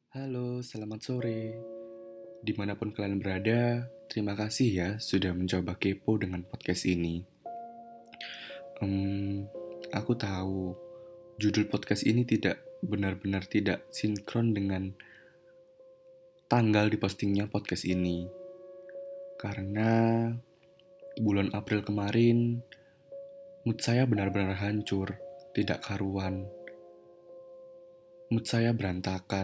Halo, selamat sore. Dimanapun kalian berada, terima kasih ya sudah mencoba kepo dengan podcast ini. Em, aku tahu judul podcast ini tidak benar-benar tidak sinkron dengan tanggal dipostingnya podcast ini. Karena bulan April kemarin, mood saya benar-benar hancur, tidak karuan. Mood saya berantakan.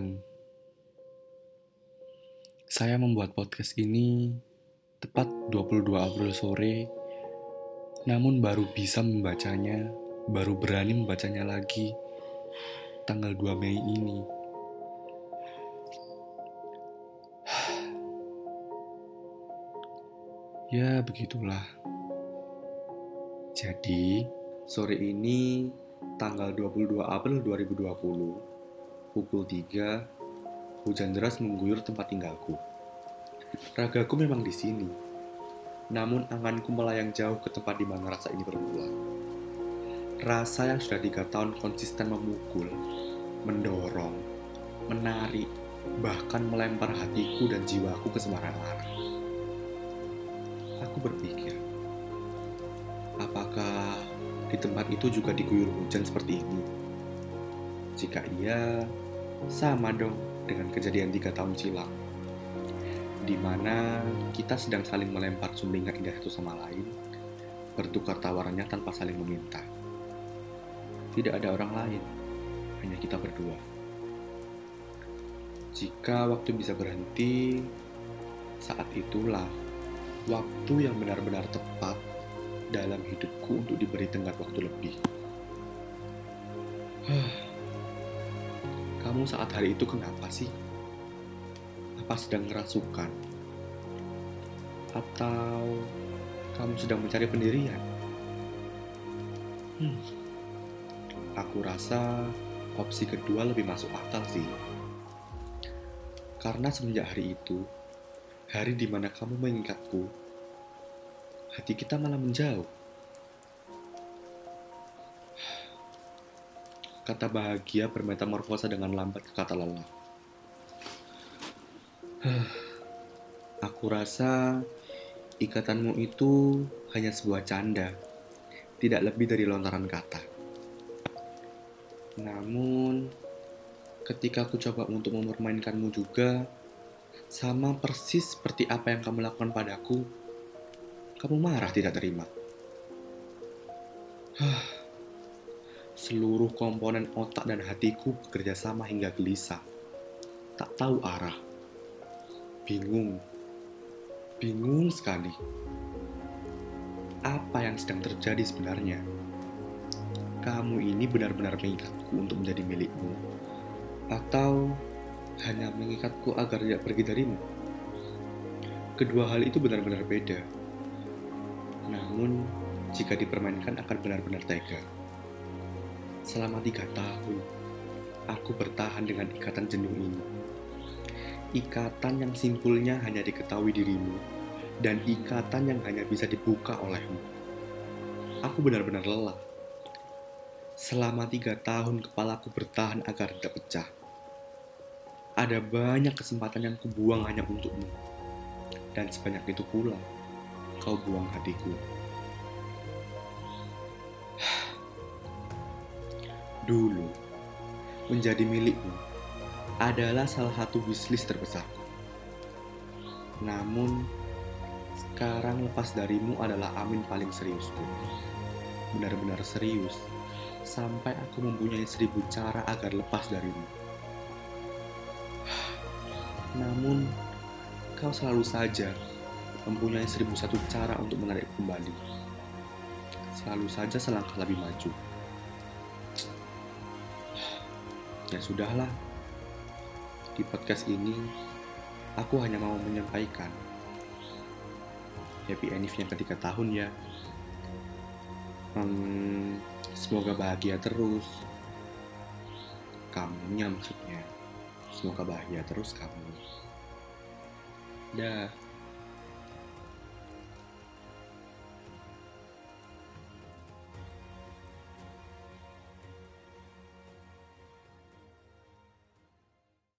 Saya membuat podcast ini tepat 22 April sore, namun baru bisa membacanya, baru berani membacanya lagi tanggal 2 Mei ini. Ya, begitulah. Jadi, sore ini tanggal 22 April 2020, pukul 3, hujan deras mengguyur tempat tinggalku. Ragaku memang di sini, namun anganku melayang jauh ke tempat di mana rasa ini bermula. Rasa yang sudah 3 tahun konsisten memukul, mendorong, menarik, bahkan melempar hatiku dan jiwaku ke sembarang arah. Aku berpikir, apakah di tempat itu juga diguyur hujan seperti ini? Jika iya, sama dong dengan kejadian 3 tahun silam, di mana kita sedang saling melempar sumringah indah satu sama lain, bertukar tawarannya tanpa saling meminta. Tidak ada orang lain, hanya kita berdua. Jika waktu bisa berhenti, saat itulah waktu yang benar-benar tepat dalam hidupku untuk diberi tenggat waktu lebih. Kamu saat hari itu kenapa sih? Apa sedang ngerasukan? Atau kamu sedang mencari pendirian? Hmm, aku rasa opsi kedua lebih masuk akal sih. Karena semenjak hari itu, hari di mana kamu mengikatku, hati kita malah menjauh. Kata bahagia bermetamorfosa dengan lambat ke kata lelah. Aku rasa ikatanmu itu hanya sebuah canda, tidak lebih dari lontaran kata. Namun, ketika aku coba untuk mempermainkanmu juga, sama persis seperti apa yang kamu lakukan padaku, kamu marah tidak terima. Seluruh komponen otak dan hatiku bekerja sama hingga gelisah. Tak tahu arah. Bingung. Bingung sekali. Apa yang sedang terjadi sebenarnya? Kamu ini benar-benar mengikatku untuk menjadi milikmu? Atau hanya mengikatku agar tidak pergi darimu? Kedua hal itu benar-benar beda. Namun, jika dipermainkan akan benar-benar tega. Selama 3 tahun, aku bertahan dengan ikatan jenuh ini. Ikatan yang simpulnya hanya diketahui dirimu, dan ikatan yang hanya bisa dibuka olehmu. Aku benar-benar lelah. Selama 3 tahun kepalaku bertahan agar tidak pecah. Ada banyak kesempatan yang kubuang hanya untukmu. Dan sebanyak itu pula, kau buang hatiku. Dulu, menjadi milikmu adalah salah satu wishlist terbesarku. Namun, sekarang lepas darimu adalah amin paling seriusku. Benar-benar serius, sampai aku mempunyai 1000 cara agar lepas darimu. Namun, kau selalu saja mempunyai 1001 cara untuk menarik kembali. Selalu saja selangkah lebih maju. Ya sudahlah, di podcast ini aku hanya mau menyampaikan happy anniversary yang ke 3 tahun ya. Semoga bahagia terus. Kamunya maksudnya. Semoga bahagia terus kamu. Dah.